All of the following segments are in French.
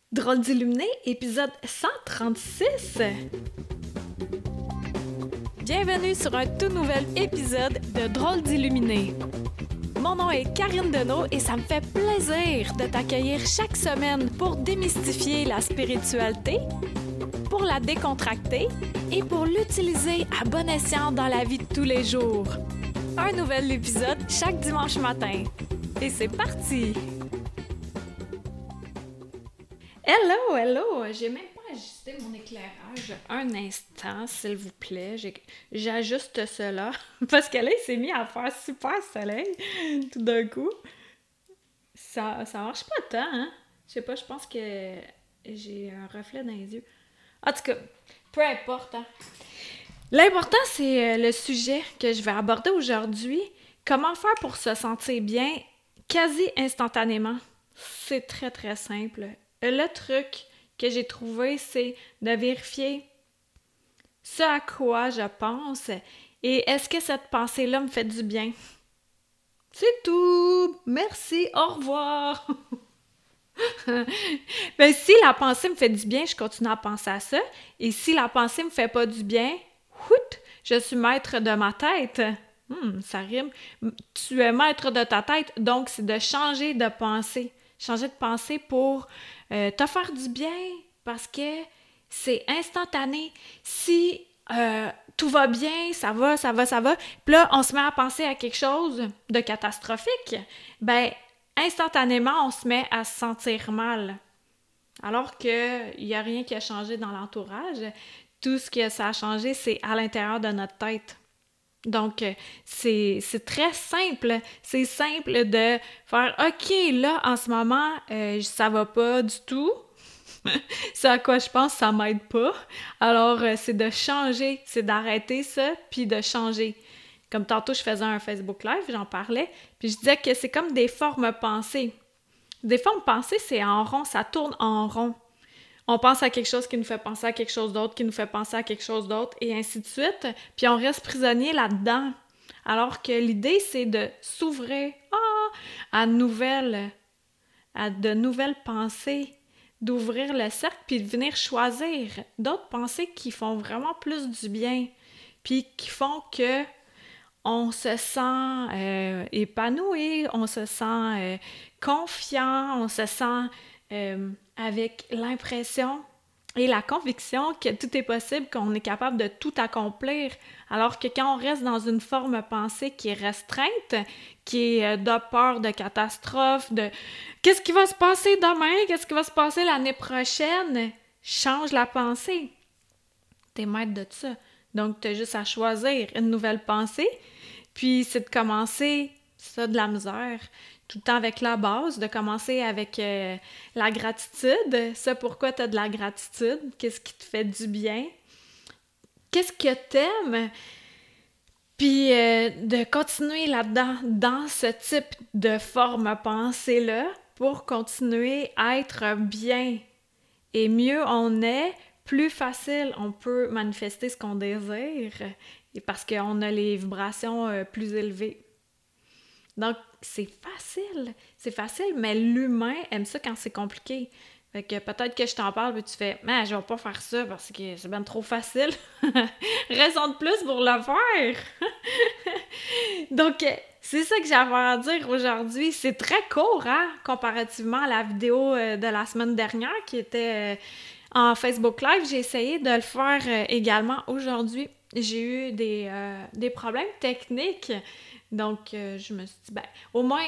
Drôle d'illuminé, épisode 136. Bienvenue sur un tout nouvel épisode de Drôle d'illuminé. Mon nom est Karine Deneau et ça me fait plaisir de t'accueillir chaque semaine pour démystifier la spiritualité, pour la décontracter et pour l'utiliser à bon escient dans la vie de tous les jours. Un nouvel épisode chaque dimanche matin. Et c'est parti! Hello! J'ai même pas ajusté mon éclairage. Un instant, s'il vous plaît. J'ajuste cela. Parce que là, il s'est mis à faire super soleil tout d'un coup. Ça marche pas tant, hein? Je sais pas, je pense que j'ai un reflet dans les yeux. En tout cas, peu importe, hein? L'important, c'est le sujet que je vais aborder aujourd'hui. Comment faire pour se sentir bien quasi instantanément? C'est très, très simple. Le truc que j'ai trouvé, c'est de vérifier ce à quoi je pense et est-ce que cette pensée-là me fait du bien. C'est tout! Merci, au revoir! Ben, si la pensée me fait du bien, je continue à penser à ça. Et si la pensée me fait pas du bien, je suis maître de ma tête. Ça rime. Tu es maître de ta tête, donc c'est de changer de pensée. Changer de pensée pour te faire du bien, parce que c'est instantané. Si tout va bien, ça va, puis là, on se met à penser à quelque chose de catastrophique, ben, instantanément, on se met à se sentir mal. Alors qu'il n'y a rien qui a changé dans l'entourage. Tout ce que ça a changé, c'est à l'intérieur de notre tête. Donc, c'est très simple. C'est simple de faire « OK, là, en ce moment, ça va pas du tout. Ce à quoi je pense, ça m'aide pas. » Alors, c'est de changer, c'est d'arrêter ça, puis de changer. Comme tantôt, je faisais un Facebook Live, j'en parlais, puis je disais que c'est comme des formes pensées. Des formes pensées, c'est en rond, ça tourne en rond. On pense à quelque chose qui nous fait penser à quelque chose d'autre, qui nous fait penser à quelque chose d'autre, et ainsi de suite. Puis on reste prisonnier là-dedans. Alors que l'idée, c'est de s'ouvrir à de nouvelles pensées, d'ouvrir le cercle, puis de venir choisir d'autres pensées qui font vraiment plus du bien, puis qui font que on se sent épanoui, on se sent confiant, on se sent avec l'impression et la conviction que tout est possible, qu'on est capable de tout accomplir. Alors que quand on reste dans une forme pensée qui est restreinte, qui est de peur, de catastrophe, de qu'est-ce qui va se passer demain, qu'est-ce qui va se passer l'année prochaine, change la pensée. T'es maître de ça. Donc, t'as juste à choisir une nouvelle pensée, puis c'est de commencer ça de la misère, tout le temps avec la base, de commencer avec la gratitude. Ça, pourquoi t'as de la gratitude? Qu'est-ce qui te fait du bien? Qu'est-ce que t'aimes? Puis de continuer là-dedans, dans ce type de forme pensée-là, pour continuer à être bien. Et mieux on est, plus facile on peut manifester ce qu'on désire, et parce qu'on a les vibrations plus élevées. Donc, c'est facile, mais l'humain aime ça quand c'est compliqué. Fait que peut-être que je t'en parle, mais tu fais « Mais je vais pas faire ça parce que c'est bien trop facile. » Raison de plus pour le faire! Donc, c'est ça que j'avais à dire aujourd'hui. C'est très court, hein, comparativement à la vidéo de la semaine dernière qui était en Facebook Live. J'ai essayé de le faire également aujourd'hui. J'ai eu des problèmes techniques. Donc, je me suis dit, ben, au moins,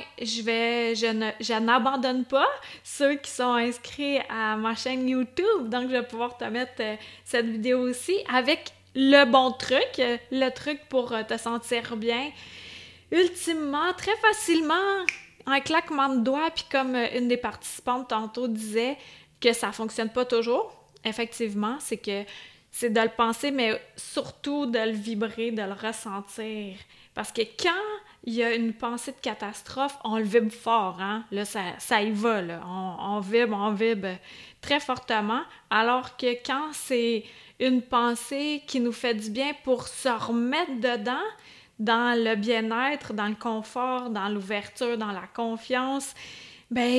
je n'abandonne pas ceux qui sont inscrits à ma chaîne YouTube. Donc, je vais pouvoir te mettre cette vidéo aussi avec le bon truc, le truc pour te sentir bien. Ultimement, très facilement, un claquement de doigts, puis comme une des participantes tantôt disait que ça fonctionne pas toujours, effectivement, c'est de le penser, mais surtout de le vibrer, de le ressentir. Parce que quand il y a une pensée de catastrophe, on le vibre fort, hein? Là, ça y va, là. On vibre très fortement. Alors que quand c'est une pensée qui nous fait du bien pour se remettre dedans, dans le bien-être, dans le confort, dans l'ouverture, dans la confiance, ben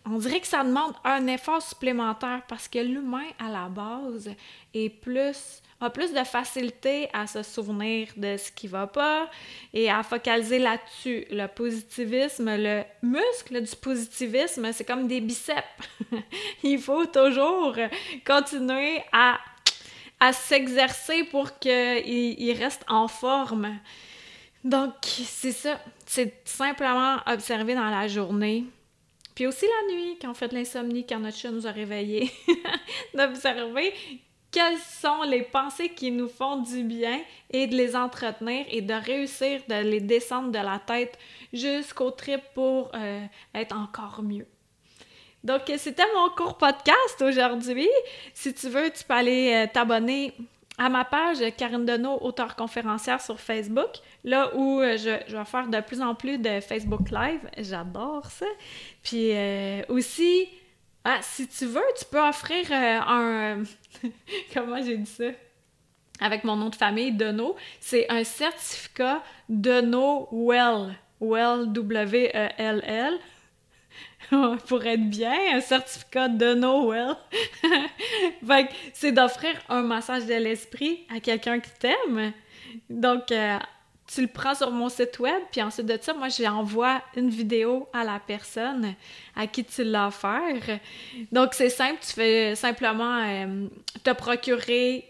on dirait que ça demande un effort supplémentaire parce que l'humain, à la base, a plus de facilité à se souvenir de ce qui va pas et à focaliser là-dessus. Le positivisme, le muscle du positivisme, c'est comme des biceps. Il faut toujours continuer à s'exercer pour qu'il reste en forme. Donc, c'est ça. C'est simplement observer dans la journée. Puis aussi la nuit, quand on fait de l'insomnie, quand notre chat nous a réveillés, d'observer quelles sont les pensées qui nous font du bien et de les entretenir et de réussir de les descendre de la tête jusqu'au trip pour être encore mieux. Donc, c'était mon court podcast aujourd'hui. Si tu veux, tu peux aller t'abonner à ma page Karine Deneau, auteure conférencière sur Facebook, là où je vais faire de plus en plus de Facebook Live. J'adore ça. Puis aussi, si tu veux, tu peux offrir un... Comment j'ai dit ça? Avec mon nom de famille, Deneau. C'est un certificat Deneau Well. Well, W-E-L-L. Pour être bien, un certificat de Noël. Fait que c'est d'offrir un massage de l'esprit à quelqu'un qui t'aime. Donc, tu le prends sur mon site web, puis ensuite de ça, moi, j'envoie une vidéo à la personne à qui tu l'as offert. Donc, c'est simple, tu fais simplement te procurer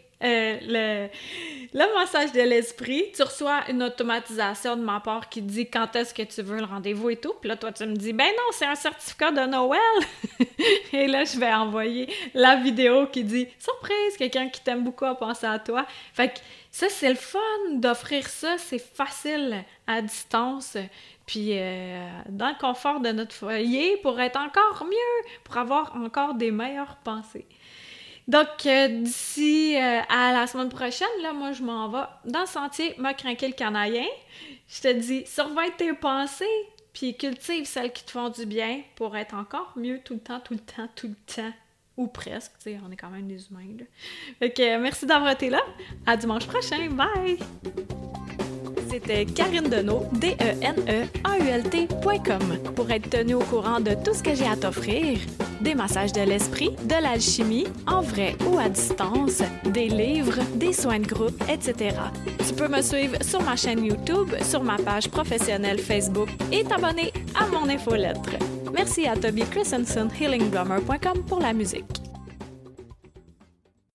le massage de l'esprit. Tu reçois une automatisation de ma part qui te dit quand est-ce que tu veux le rendez-vous et tout. Puis là, toi, tu me dis, ben non, c'est un certificat de Noël. Et là, je vais envoyer la vidéo qui dit, surprise, quelqu'un qui t'aime beaucoup a pensé à toi. Fait que ça, c'est le fun d'offrir ça. C'est facile à distance. Puis dans le confort de notre foyer pour être encore mieux, pour avoir encore des meilleures pensées. Donc, d'ici à la semaine prochaine, là, moi, je m'en vais dans le sentier me craquer le canadien. Je te dis, surveille tes pensées, puis cultive celles qui te font du bien pour être encore mieux tout le temps. Ou presque, tu sais, on est quand même des humains, là. Fait que merci d'avoir été là. À dimanche prochain. Bye! C'était Karine Deneau, DENEAULT.com. Pour être tenu au courant de tout ce que j'ai à t'offrir, des massages de l'esprit, de l'alchimie, en vrai ou à distance, des livres, des soins de groupe, etc. Tu peux me suivre sur ma chaîne YouTube, sur ma page professionnelle Facebook et t'abonner à mon infolettre. Merci à Toby Christensen, healingdrummer.com pour la musique.